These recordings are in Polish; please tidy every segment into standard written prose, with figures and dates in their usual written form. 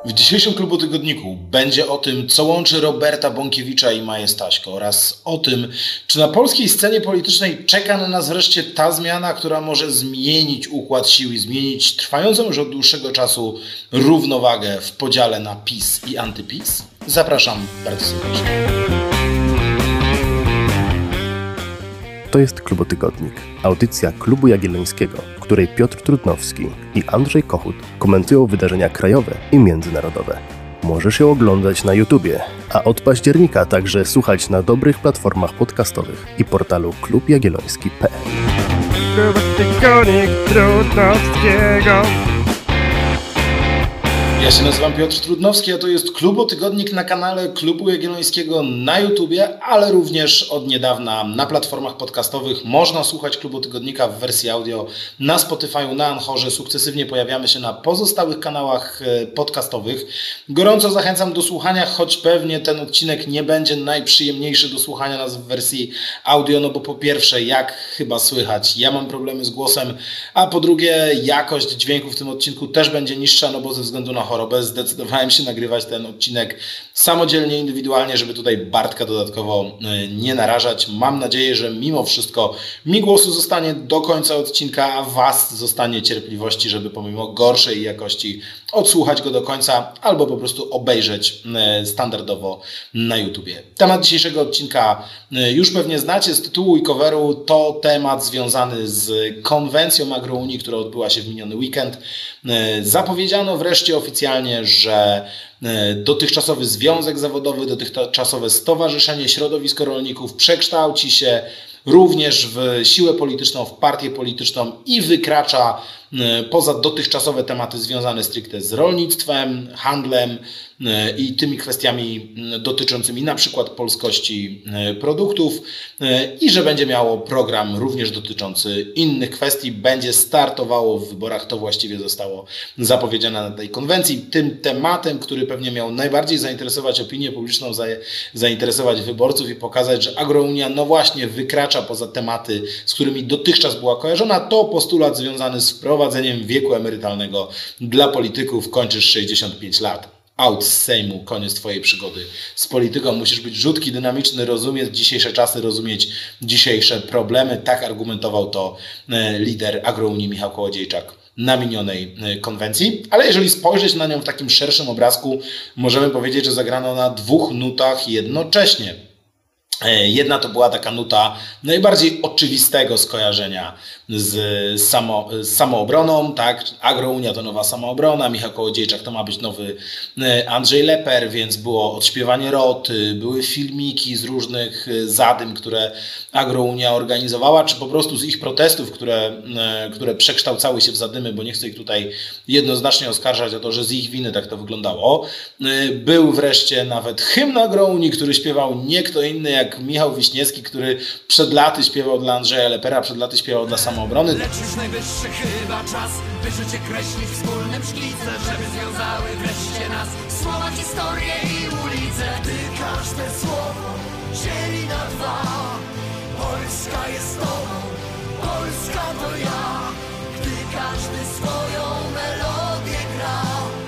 W dzisiejszym Klubu Tygodniku będzie o tym, co łączy Roberta Bąkiewicza i Maję Staśko oraz o tym, czy na polskiej scenie politycznej czeka na nas wreszcie ta zmiana, która może zmienić układ sił i zmienić trwającą już od dłuższego czasu równowagę w podziale na PiS i antyPiS. Zapraszam bardzo serdecznie. To jest Klubotygodnik, audycja Klubu Jagiellońskiego, w której Piotr Trudnowski i Andrzej Kochut komentują wydarzenia krajowe i międzynarodowe. Możesz ją oglądać na YouTubie, a od października także słuchać na dobrych platformach podcastowych i portalu klubjagielloński.pl. Klubotygodnik Trudnowskiego. Ja się nazywam Piotr Trudnowski, a to jest Klubotygodnik na kanale Klubu Jagiellońskiego na YouTubie, ale również od niedawna na platformach podcastowych. Można słuchać Klubotygodnika w wersji audio na Spotify'u, na Anchorze. Sukcesywnie pojawiamy się na pozostałych kanałach podcastowych. Gorąco zachęcam do słuchania, choć pewnie ten odcinek nie będzie najprzyjemniejszy do słuchania nas w wersji audio, no bo po pierwsze, jak chyba słychać, ja mam problemy z głosem, a po drugie, jakość dźwięku w tym odcinku też będzie niższa, no bo ze względu na chorobę zdecydowałem się nagrywać ten odcinek samodzielnie, indywidualnie, żeby tutaj Bartka dodatkowo nie narażać. Mam nadzieję, że mimo wszystko mi głosu zostanie do końca odcinka, a Was zostanie cierpliwości, żeby pomimo gorszej jakości odsłuchać go do końca albo po prostu obejrzeć standardowo na YouTubie. Temat dzisiejszego odcinka już pewnie znacie z tytułu i coveru. To temat związany z konwencją Agrounii, która odbyła się w miniony weekend. Zapowiedziano wreszcie oficjalnie, że dotychczasowy związek zawodowy, dotychczasowe stowarzyszenie środowisko rolników przekształci się również w siłę polityczną, w partię polityczną i wykracza poza dotychczasowe tematy związane stricte z rolnictwem, handlem i tymi kwestiami dotyczącymi na przykład polskości produktów i że będzie miało program również dotyczący innych kwestii, będzie startowało w wyborach, to właściwie zostało zapowiedziane na tej konwencji. Tym tematem, który pewnie miał najbardziej zainteresować opinię publiczną, zainteresować wyborców i pokazać, że Agrounia no właśnie wykracza poza tematy, z którymi dotychczas była kojarzona, to postulat związany z wprowadzeniem wieku emerytalnego dla polityków. Kończysz 65 lat. Out z Sejmu, koniec Twojej przygody z polityką. Musisz być rzutki, dynamiczny, rozumieć dzisiejsze czasy, rozumieć dzisiejsze problemy. Tak argumentował to lider Agrounii Michał Kołodziejczak na minionej konwencji. Ale jeżeli spojrzeć na nią w takim szerszym obrazku, możemy powiedzieć, że zagrano na dwóch nutach jednocześnie. Jedna to była taka nuta najbardziej oczywistego skojarzenia z samoobroną, tak? Agrounia to nowa samoobrona, Michał Kołodziejczak to ma być nowy Andrzej Leper, więc było odśpiewanie roty, były filmiki z różnych zadym, które Agrounia organizowała, czy po prostu z ich protestów, które przekształcały się w zadymy, bo nie chcę ich tutaj jednoznacznie oskarżać o to, że z ich winy tak to wyglądało. Był wreszcie nawet hymn Agrounii, który śpiewał nie kto inny jak Michał Wiśniewski, który przed laty śpiewał dla Andrzeja Lepera, przed laty śpiewał dla Samoobrony. Lecz już najwyższy chyba czas, by życie kreślić wspólnym szkicem, żeby związały wreszcie nas słowa, historie i ulice. Gdy każde słowo dzieli na dwa, Polska jest tobą, Polska to ja. Gdy każdy swoją melodię gra,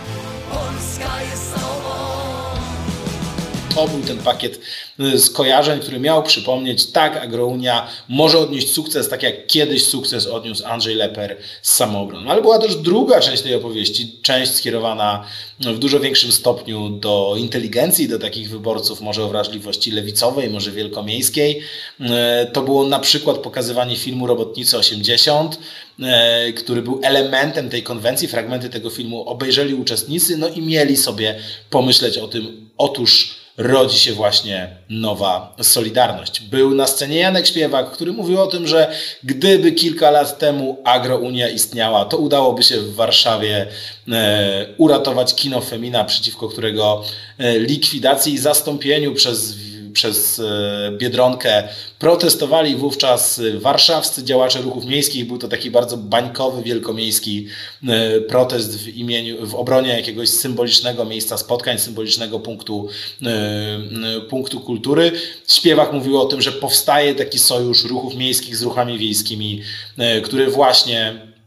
Polska jest tobą. To był ten pakiet skojarzeń, który miał przypomnieć, tak, Agrounia może odnieść sukces, tak jak kiedyś sukces odniósł Andrzej Leper z Samoobroną. Ale była też druga część tej opowieści, część skierowana w dużo większym stopniu do inteligencji, do takich wyborców może o wrażliwości lewicowej, może wielkomiejskiej. To było na przykład pokazywanie filmu Robotnicy 80, który był elementem tej konwencji. Fragmenty tego filmu obejrzeli uczestnicy, no i mieli sobie pomyśleć o tym, otóż rodzi się właśnie nowa Solidarność. Był na scenie Janek Śpiewak, który mówił o tym, że gdyby kilka lat temu Agrounia istniała, to udałoby się w Warszawie uratować kino Femina, przeciwko którego likwidacji i zastąpieniu przez Biedronkę protestowali wówczas warszawscy działacze ruchów miejskich. Był to taki bardzo bańkowy, wielkomiejski protest w obronie jakiegoś symbolicznego miejsca spotkań, symbolicznego punktu kultury. Śpiewak mówił o tym, że powstaje taki sojusz ruchów miejskich z ruchami wiejskimi, który właśnie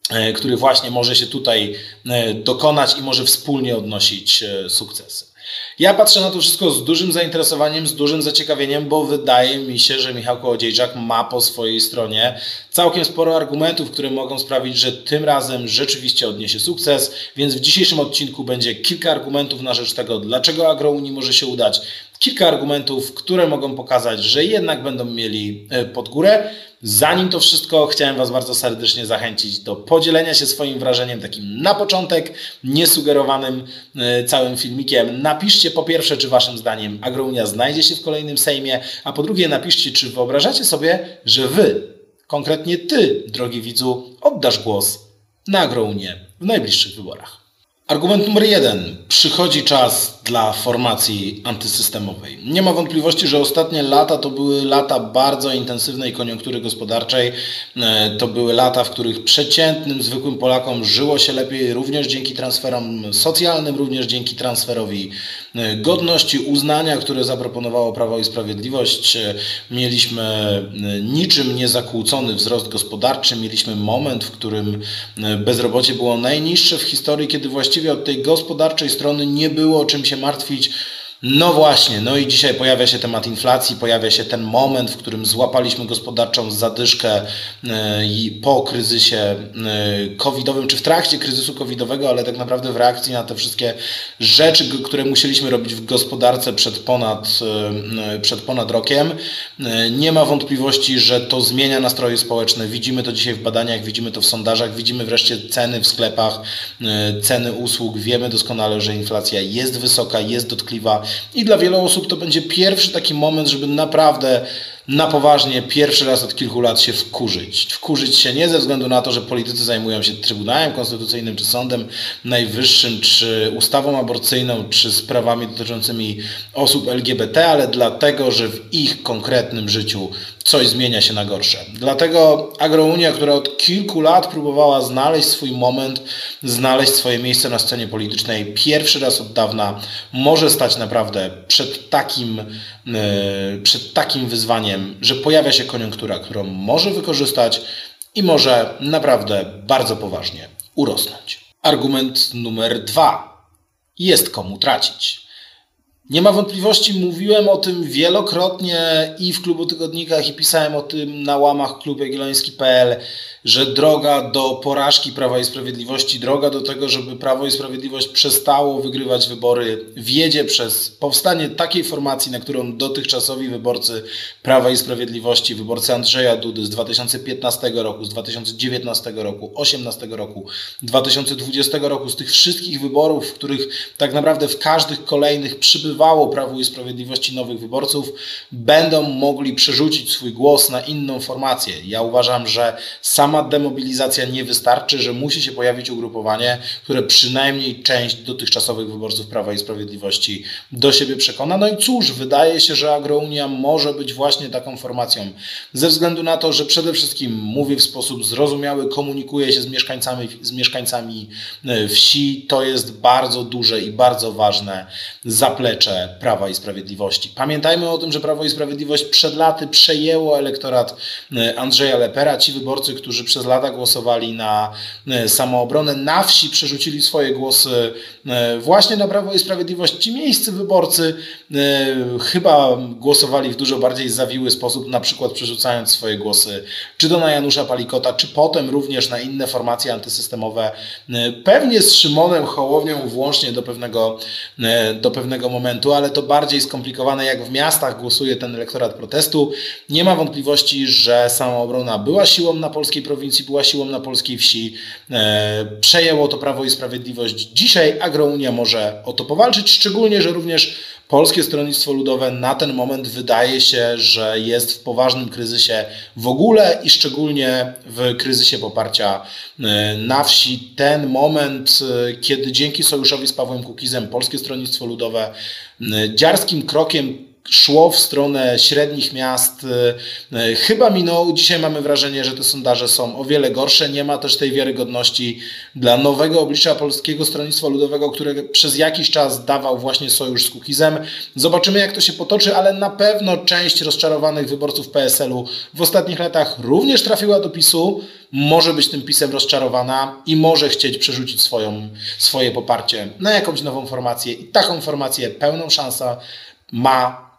który właśnie może się tutaj dokonać i może wspólnie odnosić sukcesy. Ja patrzę na to wszystko z dużym zainteresowaniem, z dużym zaciekawieniem, bo wydaje mi się, że Michał Kołodziejczak ma po swojej stronie całkiem sporo argumentów, które mogą sprawić, że tym razem rzeczywiście odniesie sukces, więc w dzisiejszym odcinku będzie kilka argumentów na rzecz tego, dlaczego Agrounii może się udać, kilka argumentów, które mogą pokazać, że jednak będą mieli pod górę. Zanim to wszystko, chciałem Was bardzo serdecznie zachęcić do podzielenia się swoim wrażeniem takim na początek, niesugerowanym całym filmikiem. Napiszcie po pierwsze, czy Waszym zdaniem Agrounia znajdzie się w kolejnym Sejmie, a po drugie napiszcie, czy wyobrażacie sobie, że Wy, konkretnie Ty, drogi widzu, oddasz głos na Agrounię w najbliższych wyborach. Argument numer 1. Przychodzi czas dla formacji antysystemowej. Nie ma wątpliwości, że ostatnie lata to były lata bardzo intensywnej koniunktury gospodarczej. To były lata, w których przeciętnym, zwykłym Polakom żyło się lepiej również dzięki transferom socjalnym, również dzięki transferowi godności, uznania, które zaproponowało Prawo i Sprawiedliwość. Mieliśmy niczym niezakłócony wzrost gospodarczy. Mieliśmy moment, w którym bezrobocie było najniższe w historii, kiedy właściwie od tej gospodarczej strony nie było czym się martwić. No właśnie, no i dzisiaj pojawia się temat inflacji, pojawia się ten moment, w którym złapaliśmy gospodarczą zadyszkę po kryzysie covidowym, czy w trakcie kryzysu covidowego, ale tak naprawdę w reakcji na te wszystkie rzeczy, które musieliśmy robić w gospodarce przed ponad rokiem. Nie ma wątpliwości, że to zmienia nastroje społeczne. Widzimy to dzisiaj w badaniach, widzimy to w sondażach, widzimy wreszcie ceny w sklepach, ceny usług. Wiemy doskonale, że inflacja jest wysoka, jest dotkliwa. I dla wielu osób to będzie pierwszy taki moment, żeby naprawdę na poważnie pierwszy raz od kilku lat się wkurzyć. Wkurzyć się nie ze względu na to, że politycy zajmują się Trybunałem Konstytucyjnym, czy Sądem Najwyższym, czy ustawą aborcyjną, czy sprawami dotyczącymi osób LGBT, ale dlatego, że w ich konkretnym życiu coś zmienia się na gorsze. Dlatego Agrounia, która od kilku lat próbowała znaleźć swój moment, znaleźć swoje miejsce na scenie politycznej, pierwszy raz od dawna może stać naprawdę przed takim wyzwaniem, że pojawia się koniunktura, którą może wykorzystać i może naprawdę bardzo poważnie urosnąć. Argument numer 2. Jest komu tracić. Nie ma wątpliwości, mówiłem o tym wielokrotnie i w Klubu Tygodnikach i pisałem o tym na łamach klubjagielloński.pl, że droga do porażki Prawa i Sprawiedliwości, droga do tego, żeby Prawo i Sprawiedliwość przestało wygrywać wybory, wiedzie przez powstanie takiej formacji, na którą dotychczasowi wyborcy Prawa i Sprawiedliwości, wyborcy Andrzeja Dudy z 2015 roku, z 2019 roku, 2018 roku, 2020 roku, z tych wszystkich wyborów, w których tak naprawdę w każdych kolejnych przybywało Prawu i Sprawiedliwości nowych wyborców, będą mogli przerzucić swój głos na inną formację. Ja uważam, że sama demobilizacja nie wystarczy, że musi się pojawić ugrupowanie, które przynajmniej część dotychczasowych wyborców Prawa i Sprawiedliwości do siebie przekona. No i cóż, wydaje się, że Agrounia może być właśnie taką formacją. Ze względu na to, że przede wszystkim mówi w sposób zrozumiały, komunikuje się z mieszkańcami wsi. To jest bardzo duże i bardzo ważne zaplecze Prawa i Sprawiedliwości. Pamiętajmy o tym, że Prawo i Sprawiedliwość przed laty przejęło elektorat Andrzeja Lepera. Ci wyborcy, którzy przez lata głosowali na Samoobronę, na wsi przerzucili swoje głosy właśnie na Prawo i Sprawiedliwość. Ci miejscy wyborcy chyba głosowali w dużo bardziej zawiły sposób, na przykład przerzucając swoje głosy czy to na Janusza Palikota, czy potem również na inne formacje antysystemowe, pewnie z Szymonem Hołownią włącznie do pewnego momentu, ale to bardziej skomplikowane, jak w miastach głosuje ten elektorat protestu. Nie ma wątpliwości, że Samoobrona była siłą na polskiej prowincji, była siłą na polskiej wsi. Przejęło to Prawo i Sprawiedliwość. Dzisiaj Agrounia może o to powalczyć, szczególnie, że również Polskie Stronnictwo Ludowe na ten moment wydaje się, że jest w poważnym kryzysie w ogóle i szczególnie w kryzysie poparcia na wsi. Ten moment, kiedy dzięki sojuszowi z Pawłem Kukizem Polskie Stronnictwo Ludowe dziarskim krokiem szło w stronę średnich miast, chyba minął. Dzisiaj mamy wrażenie, że te sondaże są o wiele gorsze. Nie ma też tej wiarygodności dla nowego oblicza Polskiego Stronnictwa Ludowego, które przez jakiś czas dawał właśnie sojusz z Kukizem. Zobaczymy, jak to się potoczy, ale na pewno część rozczarowanych wyborców PSL-u w ostatnich latach również trafiła do PiS-u. Może być tym PiS-em rozczarowana i może chcieć przerzucić swoje poparcie na jakąś nową formację. I taką formację pełną szansę ma,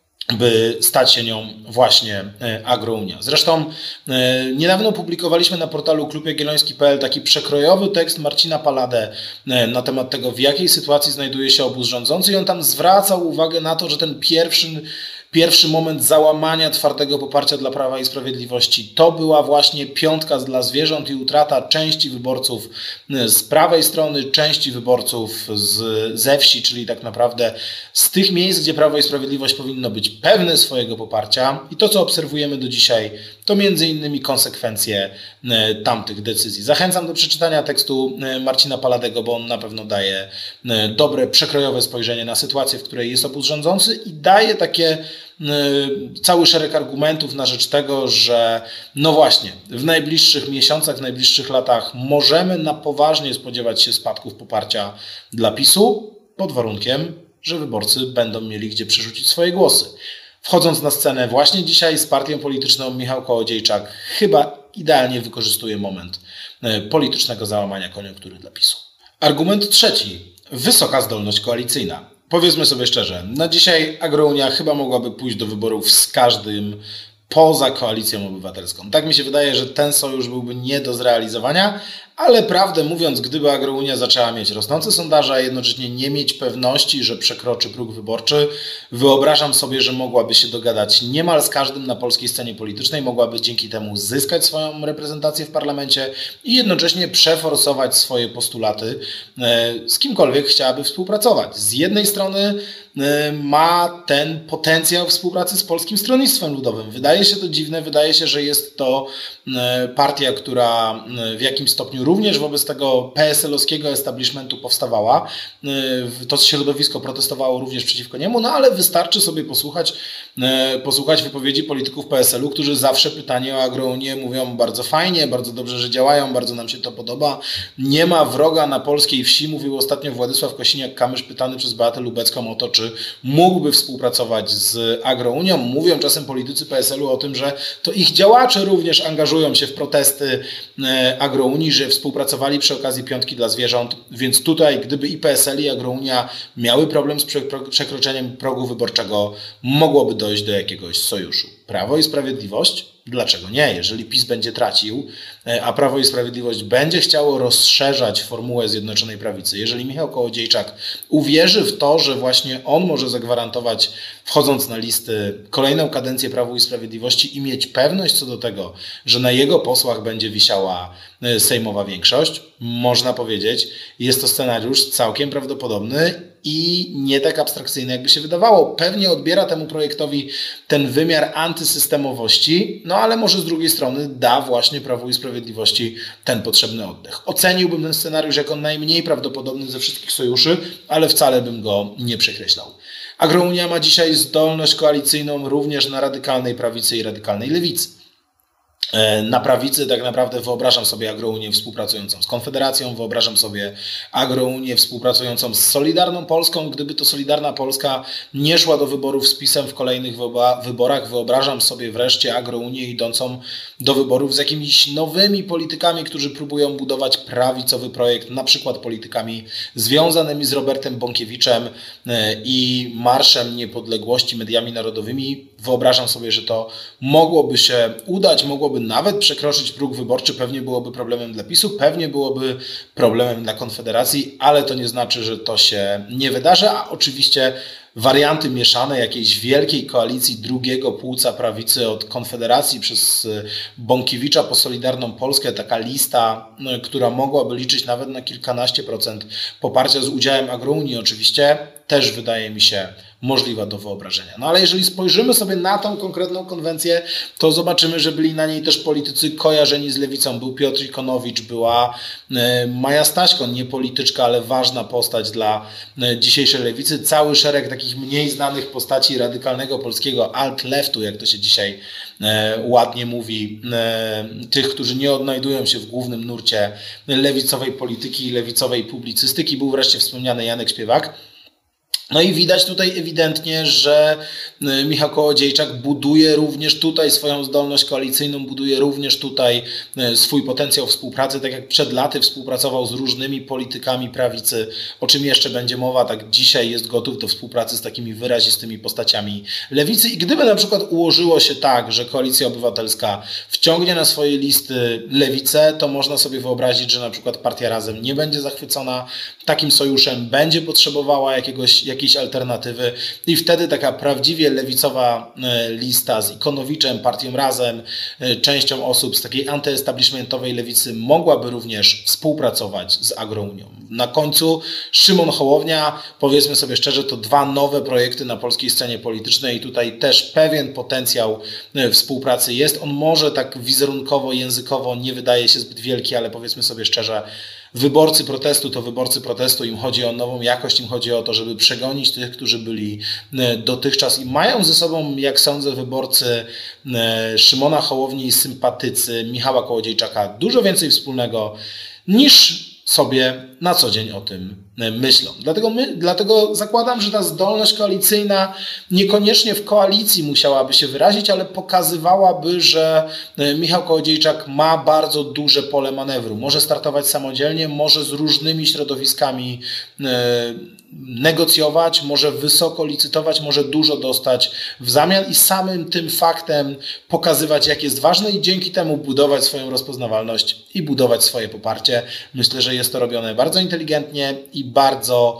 by stać się nią właśnie Agrounia. Zresztą niedawno publikowaliśmy na portalu klubjagielloński.pl taki przekrojowy tekst Marcina Palladę na temat tego, w jakiej sytuacji znajduje się obóz rządzący, i on tam zwracał uwagę na to, że ten pierwszy moment załamania twardego poparcia dla Prawa i Sprawiedliwości to była właśnie piątka dla zwierząt i utrata części wyborców z prawej strony, części wyborców ze wsi, czyli tak naprawdę z tych miejsc, gdzie Prawo i Sprawiedliwość powinno być pewne swojego poparcia. I to, co obserwujemy do dzisiaj, to między innymi konsekwencje tamtych decyzji. Zachęcam do przeczytania tekstu Marcina Palladego, bo on na pewno daje dobre, przekrojowe spojrzenie na sytuację, w której jest obóz rządzący i daje takie cały szereg argumentów na rzecz tego, że no właśnie, w najbliższych miesiącach, w najbliższych latach możemy na poważnie spodziewać się spadków poparcia dla PiS-u, pod warunkiem, że wyborcy będą mieli gdzie przerzucić swoje głosy. Wchodząc na scenę właśnie dzisiaj z partią polityczną, Michał Kołodziejczak chyba idealnie wykorzystuje moment politycznego załamania koniunktury dla PiS-u. Argument trzeci. Wysoka zdolność koalicyjna. Powiedzmy sobie szczerze, na dzisiaj Agrounia chyba mogłaby pójść do wyborów z każdym poza Koalicją Obywatelską. Tak mi się wydaje, że ten sojusz byłby nie do zrealizowania, ale prawdę mówiąc, gdyby Agrounia zaczęła mieć rosnące sondaże, a jednocześnie nie mieć pewności, że przekroczy próg wyborczy, wyobrażam sobie, że mogłaby się dogadać niemal z każdym na polskiej scenie politycznej, mogłaby dzięki temu zyskać swoją reprezentację w parlamencie i jednocześnie przeforsować swoje postulaty z kimkolwiek chciałaby współpracować. Z jednej strony ma ten potencjał współpracy z Polskim Stronnictwem Ludowym. Wydaje się to dziwne, wydaje się, że jest to partia, która w jakimś stopniu również wobec tego PSL-owskiego establishmentu powstawała. To środowisko protestowało również przeciwko niemu, no ale wystarczy sobie posłuchać wypowiedzi polityków PSL-u, którzy zawsze pytanie o Agrounię mówią bardzo fajnie, bardzo dobrze, że działają, bardzo nam się to podoba. Nie ma wroga na polskiej wsi, mówił ostatnio Władysław Kosiniak-Kamysz, pytany przez Beatę Lubecką o to, czy mógłby współpracować z Agrounią. Mówią czasem politycy PSL-u o tym, że to ich działacze również angażują się w protesty Agrounii, że współpracowali przy okazji piątki dla zwierząt, więc tutaj gdyby i PSL i Agrounia miały problem z przekroczeniem progu wyborczego, mogłoby dojść do jakiegoś sojuszu. Prawo i Sprawiedliwość? Dlaczego nie? Jeżeli PiS będzie tracił, a Prawo i Sprawiedliwość będzie chciało rozszerzać formułę Zjednoczonej Prawicy, jeżeli Michał Kołodziejczak uwierzy w to, że właśnie on może zagwarantować, wchodząc na listy, kolejną kadencję Prawu i Sprawiedliwości i mieć pewność co do tego, że na jego posłach będzie wisiała sejmowa większość, można powiedzieć, jest to scenariusz całkiem prawdopodobny i nie tak abstrakcyjny, jakby się wydawało. Pewnie odbiera temu projektowi ten wymiar antysystemowości, no ale może z drugiej strony da właśnie Prawu i Sprawiedliwości ten potrzebny oddech. Oceniłbym ten scenariusz jako najmniej prawdopodobny ze wszystkich sojuszy, ale wcale bym go nie przekreślał. Agrounia ma dzisiaj zdolność koalicyjną również na radykalnej prawicy i radykalnej lewicy. Na prawicy tak naprawdę wyobrażam sobie Agrounię współpracującą z Konfederacją, wyobrażam sobie Agrounię współpracującą z Solidarną Polską. Gdyby to Solidarna Polska nie szła do wyborów z PiS-em w kolejnych wyborach, wyobrażam sobie wreszcie Agrounię idącą do wyborów z jakimiś nowymi politykami, którzy próbują budować prawicowy projekt, na przykład politykami związanymi z Robertem Bąkiewiczem i Marszem Niepodległości, mediami narodowymi. Wyobrażam sobie, że to mogłoby się udać, mogłoby nawet przekroczyć próg wyborczy, pewnie byłoby problemem dla PiS-u, pewnie byłoby problemem dla Konfederacji, ale to nie znaczy, że to się nie wydarzy, a oczywiście warianty mieszane jakiejś wielkiej koalicji drugiego płuca prawicy od Konfederacji przez Bąkiewicza po Solidarną Polskę, taka lista, która mogłaby liczyć nawet na kilkanaście procent poparcia z udziałem Agrounii oczywiście, też wydaje mi się możliwa do wyobrażenia. No ale jeżeli spojrzymy sobie na tą konkretną konwencję, to zobaczymy, że byli na niej też politycy kojarzeni z lewicą. Był Piotr Ikonowicz, była Maja Staśko, nie polityczka, ale ważna postać dla dzisiejszej lewicy. Cały szereg takich mniej znanych postaci radykalnego polskiego alt-leftu, jak to się dzisiaj ładnie mówi, tych, którzy nie odnajdują się w głównym nurcie lewicowej polityki i lewicowej publicystyki. Był wreszcie wspomniany Janek Śpiewak. No i widać tutaj ewidentnie, że Michał Kołodziejczak buduje również tutaj swoją zdolność koalicyjną, buduje również tutaj swój potencjał współpracy, tak jak przed laty współpracował z różnymi politykami prawicy, o czym jeszcze będzie mowa, tak dzisiaj jest gotów do współpracy z takimi wyrazistymi postaciami lewicy. I gdyby na przykład ułożyło się tak, że Koalicja Obywatelska wciągnie na swoje listy lewicę, to można sobie wyobrazić, że na przykład Partia Razem nie będzie zachwycona takim sojuszem, będzie potrzebowała jakiejś alternatywy i wtedy taka prawdziwie lewicowa lista z Ikonowiczem, Partią Razem, częścią osób z takiej antyestablishmentowej lewicy mogłaby również współpracować z Agrounią. Na końcu Szymon Hołownia, powiedzmy sobie szczerze, to dwa nowe projekty na polskiej scenie politycznej i tutaj też pewien potencjał współpracy jest. On może tak wizerunkowo, językowo nie wydaje się zbyt wielki, ale powiedzmy sobie szczerze, wyborcy protestu to wyborcy protestu, im chodzi o nową jakość, im chodzi o to, żeby przegonić tych, którzy byli dotychczas i mają ze sobą, jak sądzę, wyborcy Szymona Hołowni i sympatycy Michała Kołodziejczaka dużo więcej wspólnego niż sobie na co dzień o tym myślą. Dlatego zakładam, że ta zdolność koalicyjna niekoniecznie w koalicji musiałaby się wyrazić, ale pokazywałaby, że Michał Kołodziejczak ma bardzo duże pole manewru. Może startować samodzielnie, może z różnymi środowiskami negocjować, może wysoko licytować, może dużo dostać w zamian i samym tym faktem pokazywać, jak jest ważne i dzięki temu budować swoją rozpoznawalność i budować swoje poparcie. Myślę, że jest to robione bardzo inteligentnie i bardzo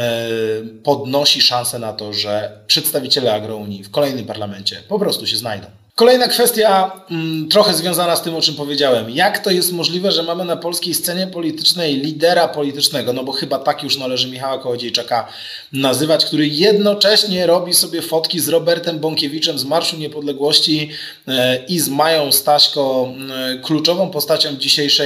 podnosi szansę na to, że przedstawiciele Agrounii w kolejnym parlamencie po prostu się znajdą. Kolejna kwestia, trochę związana z tym, o czym powiedziałem. Jak to jest możliwe, że mamy na polskiej scenie politycznej lidera politycznego, no bo chyba tak już należy Michała Kołodziejczaka nazywać, który jednocześnie robi sobie fotki z Robertem Bąkiewiczem z Marszu Niepodległości i z Mają Staśko, kluczową postacią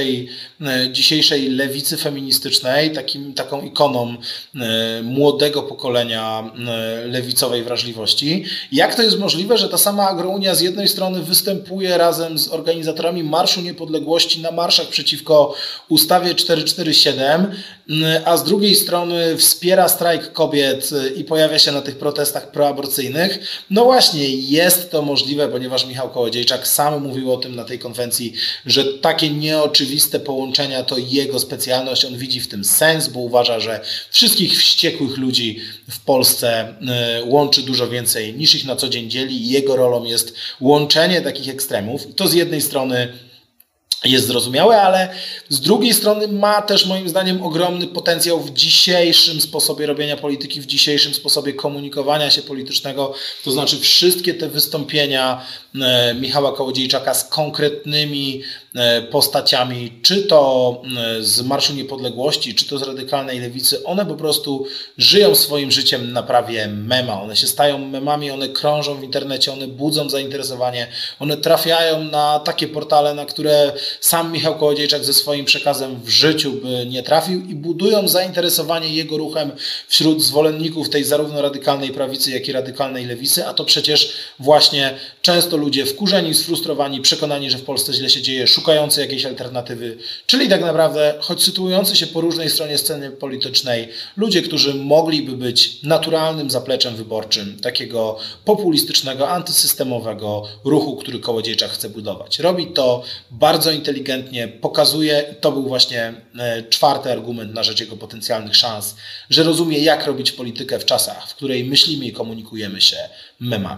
dzisiejszej lewicy feministycznej, taką ikoną młodego pokolenia lewicowej wrażliwości. Jak to jest możliwe, że ta sama Agrounia z jednej strony występuje razem z organizatorami Marszu Niepodległości na marszach przeciwko ustawie 447, a z drugiej strony wspiera strajk kobiet i pojawia się na tych protestach proaborcyjnych? No właśnie, jest to możliwe, ponieważ Michał Kołodziejczak sam mówił o tym na tej konwencji, że takie nieoczywiste połączenia to jego specjalność. On widzi w tym sens, bo uważa, że wszystkich wściekłych ludzi w Polsce łączy dużo więcej niż ich na co dzień dzieli i jego rolą jest łączenie takich ekstremów. I to z jednej strony jest zrozumiałe, ale z drugiej strony ma też moim zdaniem ogromny potencjał w dzisiejszym sposobie robienia polityki, w dzisiejszym sposobie komunikowania się politycznego. To znaczy wszystkie te wystąpienia Michała Kołodziejczaka z konkretnymi postaciami, czy to z Marszu Niepodległości, czy to z radykalnej lewicy, one po prostu żyją swoim życiem na prawie mema. One się stają memami, one krążą w internecie, one budzą zainteresowanie, one trafiają na takie portale, na które sam Michał Kołodziejczak ze swoim przekazem w życiu by nie trafił i budują zainteresowanie jego ruchem wśród zwolenników tej zarówno radykalnej prawicy, jak i radykalnej lewicy, a to przecież właśnie często ludzie wkurzeni, sfrustrowani, przekonani, że w Polsce źle się dzieje, szukający jakiejś alternatywy, czyli tak naprawdę, choć sytuujący się po różnej stronie sceny politycznej, ludzie, którzy mogliby być naturalnym zapleczem wyborczym takiego populistycznego, antysystemowego ruchu, który Kołodziejczak chce budować. Robi to bardzo inteligentnie, pokazuje, to był właśnie czwarty argument na rzecz jego potencjalnych szans, że rozumie, jak robić politykę w czasach, w której myślimy i komunikujemy się memami.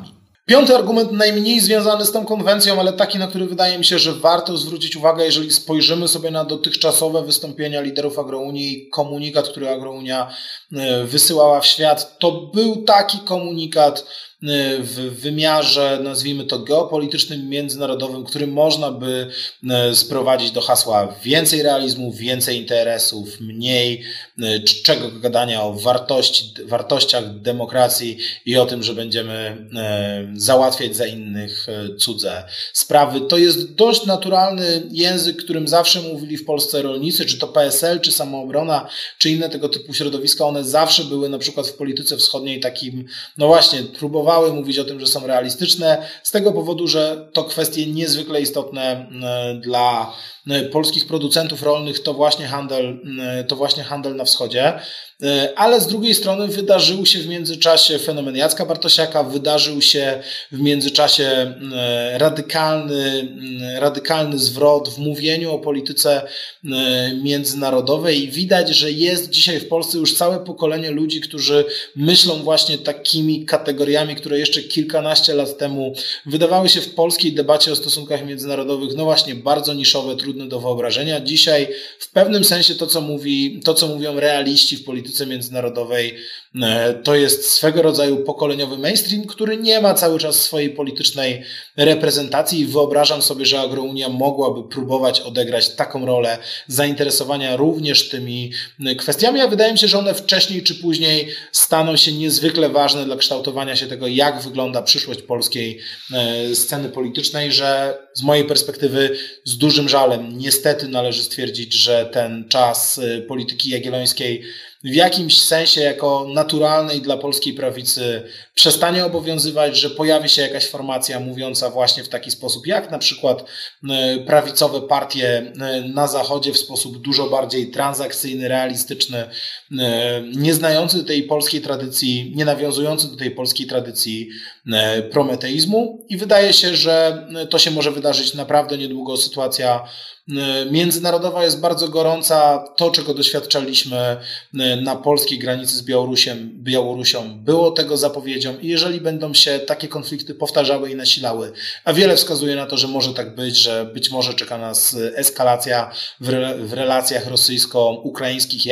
Piąty argument, najmniej związany z tą konwencją, ale taki, na który wydaje mi się, że warto zwrócić uwagę, jeżeli spojrzymy sobie na dotychczasowe wystąpienia liderów Agrounii, komunikat, który Agrounia wysyłała w świat, to był taki komunikat w wymiarze, nazwijmy to geopolitycznym, międzynarodowym, który można by sprowadzić do hasła więcej realizmu, więcej interesów, mniej czego gadania o wartościach demokracji i o tym, że będziemy załatwiać za innych cudze sprawy. To jest dość naturalny język, którym zawsze mówili w Polsce rolnicy, czy to PSL, czy Samoobrona, czy inne tego typu środowiska. One zawsze były na przykład w polityce wschodniej takim, no właśnie, próbowały mówić o tym, że są realistyczne, z tego powodu, że to kwestie niezwykle istotne dla polskich producentów rolnych, to właśnie handel na wschodzie. Ale z drugiej strony wydarzył się w międzyczasie fenomen Jacka Bartosiaka, wydarzył się w międzyczasie radykalny zwrot w mówieniu o polityce międzynarodowej i widać, że jest dzisiaj w Polsce już całe pokolenie ludzi, którzy myślą właśnie takimi kategoriami, które jeszcze kilkanaście lat temu wydawały się w polskiej debacie o stosunkach międzynarodowych, no właśnie bardzo niszowe, trudne do wyobrażenia. Dzisiaj w pewnym sensie to, co mówią realiści w polityce międzynarodowej, to jest swego rodzaju pokoleniowy mainstream, który nie ma cały czas swojej politycznej reprezentacji i wyobrażam sobie, że Agrounia mogłaby próbować odegrać taką rolę zainteresowania również tymi kwestiami, a wydaje mi się, że one wcześniej czy później staną się niezwykle ważne dla kształtowania się tego, jak wygląda przyszłość polskiej sceny politycznej, że z mojej perspektywy z dużym żalem niestety należy stwierdzić, że ten czas polityki jagiellońskiej w jakimś sensie jako naturalnej dla polskiej prawicy przestanie obowiązywać, że pojawi się jakaś formacja mówiąca właśnie w taki sposób, jak na przykład prawicowe partie na Zachodzie w sposób dużo bardziej transakcyjny, realistyczny, nie znający tej polskiej tradycji, nie nawiązujący do tej polskiej tradycji prometeizmu i wydaje się, że to się może wydarzyć naprawdę niedługo. Sytuacja międzynarodowa jest bardzo gorąca. To, czego doświadczaliśmy na polskiej granicy z Białorusią, było tego zapowiedzią i jeżeli będą się takie konflikty powtarzały i nasilały, a wiele wskazuje na to, że może tak być, że być może czeka nas eskalacja w relacjach rosyjsko-ukraińskich,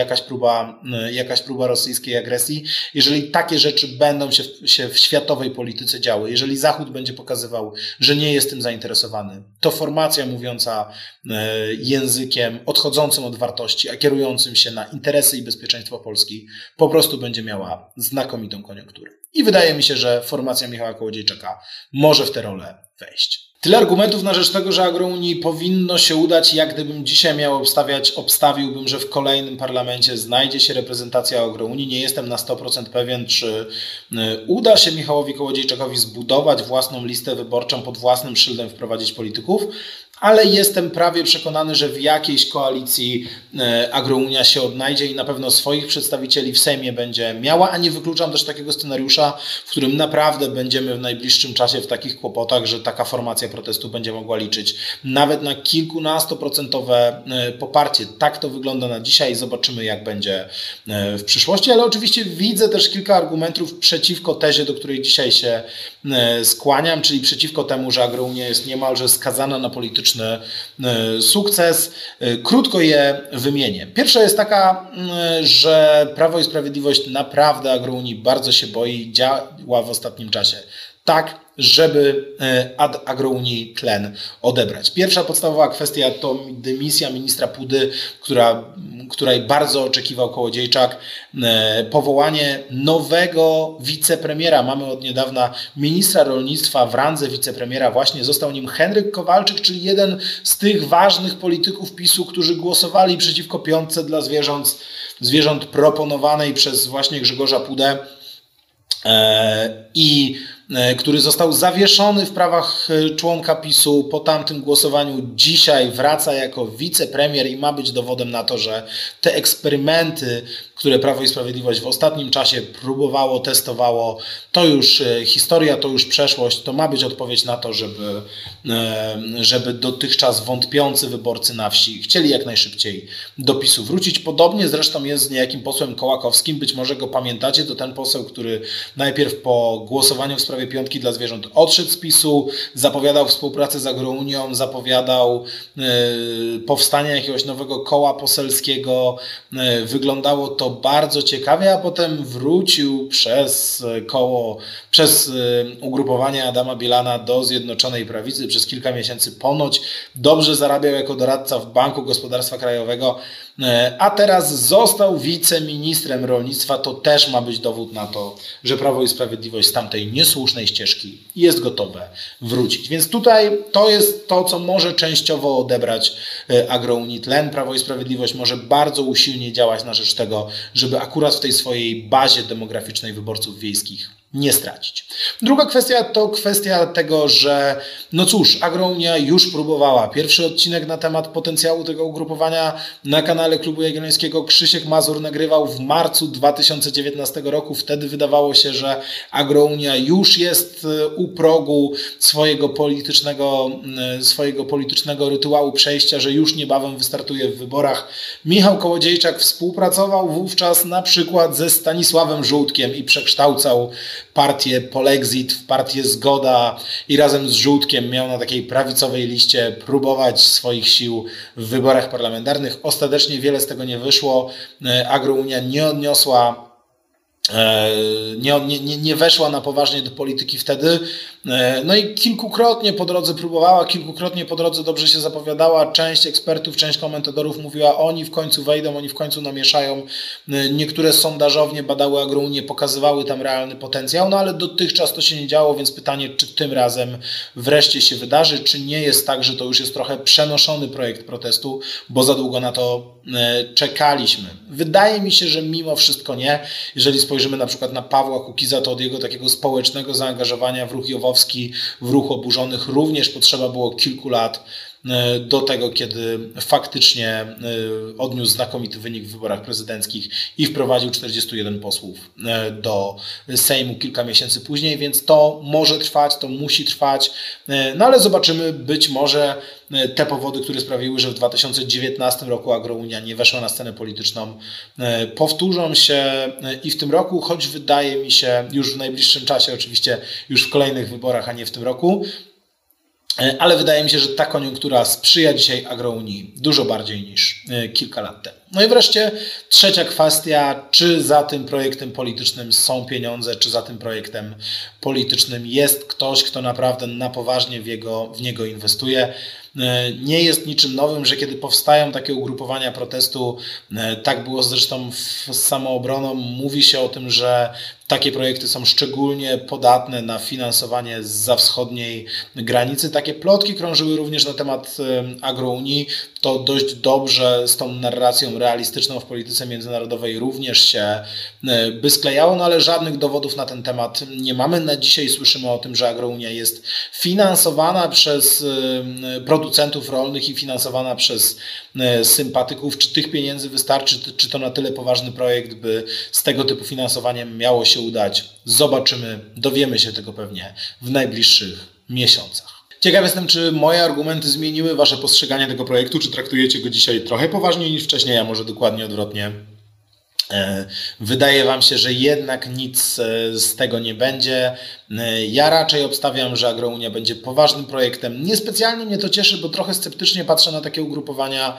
jakaś próba rosyjskiej agresji, jeżeli takie rzeczy będą się w światowej polityce działy, jeżeli Zachód będzie pokazywał, że nie jest tym zainteresowany, to formacja mówiąca językiem odchodzącym od wartości, a kierującym się na interesy i bezpieczeństwo Polski, po prostu będzie miała znakomitą koniunkturę. I wydaje mi się, że formacja Michała Kołodziejczaka może w tę rolę wejść. Tyle argumentów na rzecz tego, że Agrounii powinno się udać. Jak gdybym dzisiaj miał obstawiłbym, że w kolejnym parlamencie znajdzie się reprezentacja Agrounii. Nie jestem na 100% pewien, czy uda się Michałowi Kołodziejczakowi zbudować własną listę wyborczą, pod własnym szyldem wprowadzić polityków, ale jestem prawie przekonany, że w jakiejś koalicji Agrounia się odnajdzie i na pewno swoich przedstawicieli w Sejmie będzie miała, a nie wykluczam też takiego scenariusza, w którym naprawdę będziemy w najbliższym czasie w takich kłopotach, że taka formacja protestu będzie mogła liczyć nawet na kilkunastoprocentowe poparcie. Tak to wygląda na dzisiaj i zobaczymy, jak będzie w przyszłości, ale oczywiście widzę też kilka argumentów przeciwko tezie, do której dzisiaj się skłaniam, czyli przeciwko temu, że Agrounia jest niemalże skazana na polityczny sukces. Krótko je wymienię. Pierwsza jest taka, że Prawo i Sprawiedliwość naprawdę Agrounii bardzo się boi i działa w ostatnim czasie tak, żeby ad Agrounii tlen odebrać. Pierwsza podstawowa kwestia to dymisja ministra Pudy, której bardzo oczekiwał Kołodziejczak, powołanie nowego wicepremiera. Mamy od niedawna ministra rolnictwa w randze wicepremiera. Właśnie został nim Henryk Kowalczyk, czyli jeden z tych ważnych polityków PiS-u, którzy głosowali przeciwko piątce dla zwierząt proponowanej przez właśnie Grzegorza Pudę i który został zawieszony w prawach członka PiS-u po tamtym głosowaniu, dzisiaj wraca jako wicepremier i ma być dowodem na to, że te eksperymenty, które Prawo i Sprawiedliwość w ostatnim czasie próbowało, testowało, to już historia, to już przeszłość, to ma być odpowiedź na to, żeby dotychczas wątpiący wyborcy na wsi chcieli jak najszybciej do PiS-u wrócić. Podobnie zresztą jest z niejakim posłem Kołakowskim, być może go pamiętacie, to ten poseł, który najpierw po głosowaniu w sprawie sprawie piątki dla zwierząt odszedł z PiS-u, zapowiadał współpracę z Agrounią, zapowiadał powstanie jakiegoś nowego koła poselskiego. Wyglądało to bardzo ciekawie, a potem wrócił przez ugrupowanie Adama Bielana do Zjednoczonej Prawicy. Przez kilka miesięcy ponoć dobrze zarabiał jako doradca w Banku Gospodarstwa Krajowego, a teraz został wiceministrem rolnictwa. To też ma być dowód na to, że Prawo i Sprawiedliwość z tamtej niesłusznej ścieżki jest gotowe wrócić. Więc tutaj to jest to, co może częściowo odebrać Agrounii tlen. Prawo i Sprawiedliwość może bardzo usilnie działać na rzecz tego, żeby akurat w tej swojej bazie demograficznej wyborców wiejskich nie stracić. Druga kwestia to kwestia tego, że no cóż, Agrounia już próbowała. Pierwszy odcinek na temat potencjału tego ugrupowania na kanale Klubu Jagiellońskiego Krzysiek Mazur nagrywał w marcu 2019 roku. Wtedy wydawało się, że Agrounia już jest u progu swojego politycznego rytuału przejścia, że już niebawem wystartuje w wyborach. Michał Kołodziejczak współpracował wówczas na przykład ze Stanisławem Żółtkiem i przekształcał partię Polexit w partię Zgoda i razem z Żółtkiem miał na takiej prawicowej liście próbować swoich sił w wyborach parlamentarnych. Ostatecznie wiele z tego nie wyszło. Agrounia nie weszła na poważnie do polityki wtedy. No i kilkukrotnie po drodze próbowała, kilkukrotnie po drodze dobrze się zapowiadała. Część ekspertów, część komentatorów mówiła, oni w końcu wejdą, oni w końcu namieszają. Niektóre sondażownie badały Agrounię, pokazywały tam realny potencjał, no ale dotychczas to się nie działo, więc pytanie, czy tym razem wreszcie się wydarzy, czy nie jest tak, że to już jest trochę przenoszony projekt protestu, bo za długo na to czekaliśmy. Wydaje mi się, że mimo wszystko nie. Jeżeli spojrzymy na przykład na Pawła Kukiza, to od jego takiego społecznego zaangażowania w ruch Jowowski, w ruch Oburzonych również potrzeba było kilku lat do tego, kiedy faktycznie odniósł znakomity wynik w wyborach prezydenckich i wprowadził 41 posłów do Sejmu kilka miesięcy później, więc to może trwać, to musi trwać, no ale zobaczymy, być może te powody, które sprawiły, że w 2019 roku Agrounia nie weszła na scenę polityczną, powtórzą się i w tym roku, choć wydaje mi się już w najbliższym czasie, oczywiście już w kolejnych wyborach, a nie w tym roku, ale wydaje mi się, że ta koniunktura sprzyja dzisiaj Agrounii dużo bardziej niż kilka lat temu. No i wreszcie trzecia kwestia, czy za tym projektem politycznym są pieniądze, czy za tym projektem politycznym jest ktoś, kto naprawdę na poważnie w niego inwestuje. Nie jest niczym nowym, że kiedy powstają takie ugrupowania protestu, tak było zresztą z Samoobroną, mówi się o tym, że takie projekty są szczególnie podatne na finansowanie zza wschodniej granicy. Takie plotki krążyły również na temat Agrounii. To dość dobrze z tą narracją realistyczną w polityce międzynarodowej również się by sklejało, no ale żadnych dowodów na ten temat nie mamy. Na dzisiaj słyszymy o tym, że Agrounia jest finansowana przez producentów rolnych i finansowana przez sympatyków. Czy tych pieniędzy wystarczy, czy to na tyle poważny projekt, by z tego typu finansowaniem miało się udać? Zobaczymy, dowiemy się tego pewnie w najbliższych miesiącach. Ciekaw jestem, czy moje argumenty zmieniły wasze postrzeganie tego projektu, czy traktujecie go dzisiaj trochę poważniej niż wcześniej, a może dokładnie odwrotnie. Wydaje wam się, że jednak nic z tego nie będzie. Ja raczej obstawiam, że Agrounia będzie poważnym projektem. Niespecjalnie mnie to cieszy, bo trochę sceptycznie patrzę na takie ugrupowania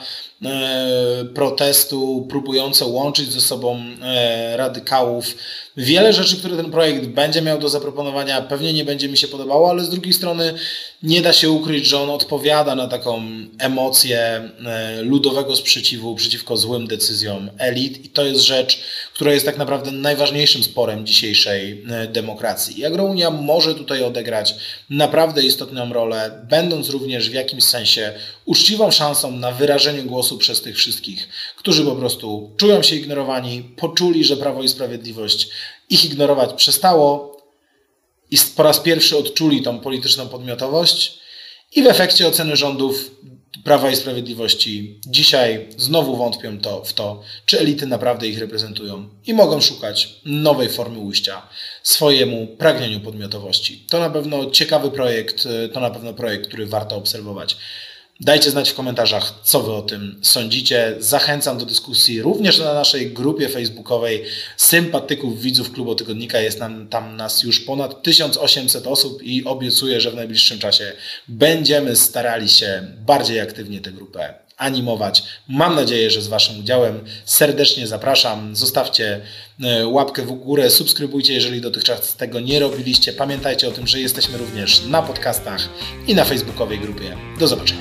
protestu próbujące łączyć ze sobą radykałów. Wiele rzeczy, które ten projekt będzie miał do zaproponowania, pewnie nie będzie mi się podobało, ale z drugiej strony nie da się ukryć, że on odpowiada na taką emocję ludowego sprzeciwu przeciwko złym decyzjom elit i to jest rzecz, która jest tak naprawdę najważniejszym sporem dzisiejszej demokracji. I Agrounia może tutaj odegrać naprawdę istotną rolę, będąc również w jakimś sensie uczciwą szansą na wyrażenie głosu przez tych wszystkich, którzy po prostu czują się ignorowani, poczuli, że Prawo i Sprawiedliwość ich ignorować przestało i po raz pierwszy odczuli tą polityczną podmiotowość i w efekcie oceny rządów Prawa i Sprawiedliwości dzisiaj znowu wątpią w to, czy elity naprawdę ich reprezentują i mogą szukać nowej formy ujścia swojemu pragnieniu podmiotowości. To na pewno ciekawy projekt, to na pewno projekt, który warto obserwować. Dajcie znać w komentarzach, co wy o tym sądzicie. Zachęcam do dyskusji również na naszej grupie facebookowej sympatyków, widzów Klubu Tygodnika. Jest tam nas już ponad 1800 osób i obiecuję, że w najbliższym czasie będziemy starali się bardziej aktywnie tę grupę animować. Mam nadzieję, że z waszym udziałem. Serdecznie zapraszam. Zostawcie łapkę w górę, subskrybujcie, jeżeli dotychczas tego nie robiliście. Pamiętajcie o tym, że jesteśmy również na podcastach i na facebookowej grupie. Do zobaczenia.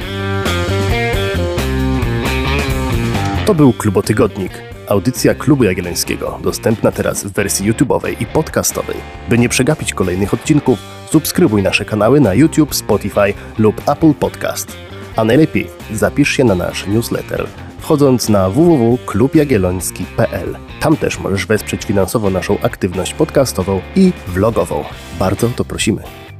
To był Klubotygodnik, audycja Klubu Jagiellońskiego, dostępna teraz w wersji YouTube'owej i podcastowej. By nie przegapić kolejnych odcinków, subskrybuj nasze kanały na YouTube, Spotify lub Apple Podcast. A najlepiej zapisz się na nasz newsletter, wchodząc na www.klubjagielloński.pl. Tam też możesz wesprzeć finansowo naszą aktywność podcastową i vlogową. Bardzo o to prosimy.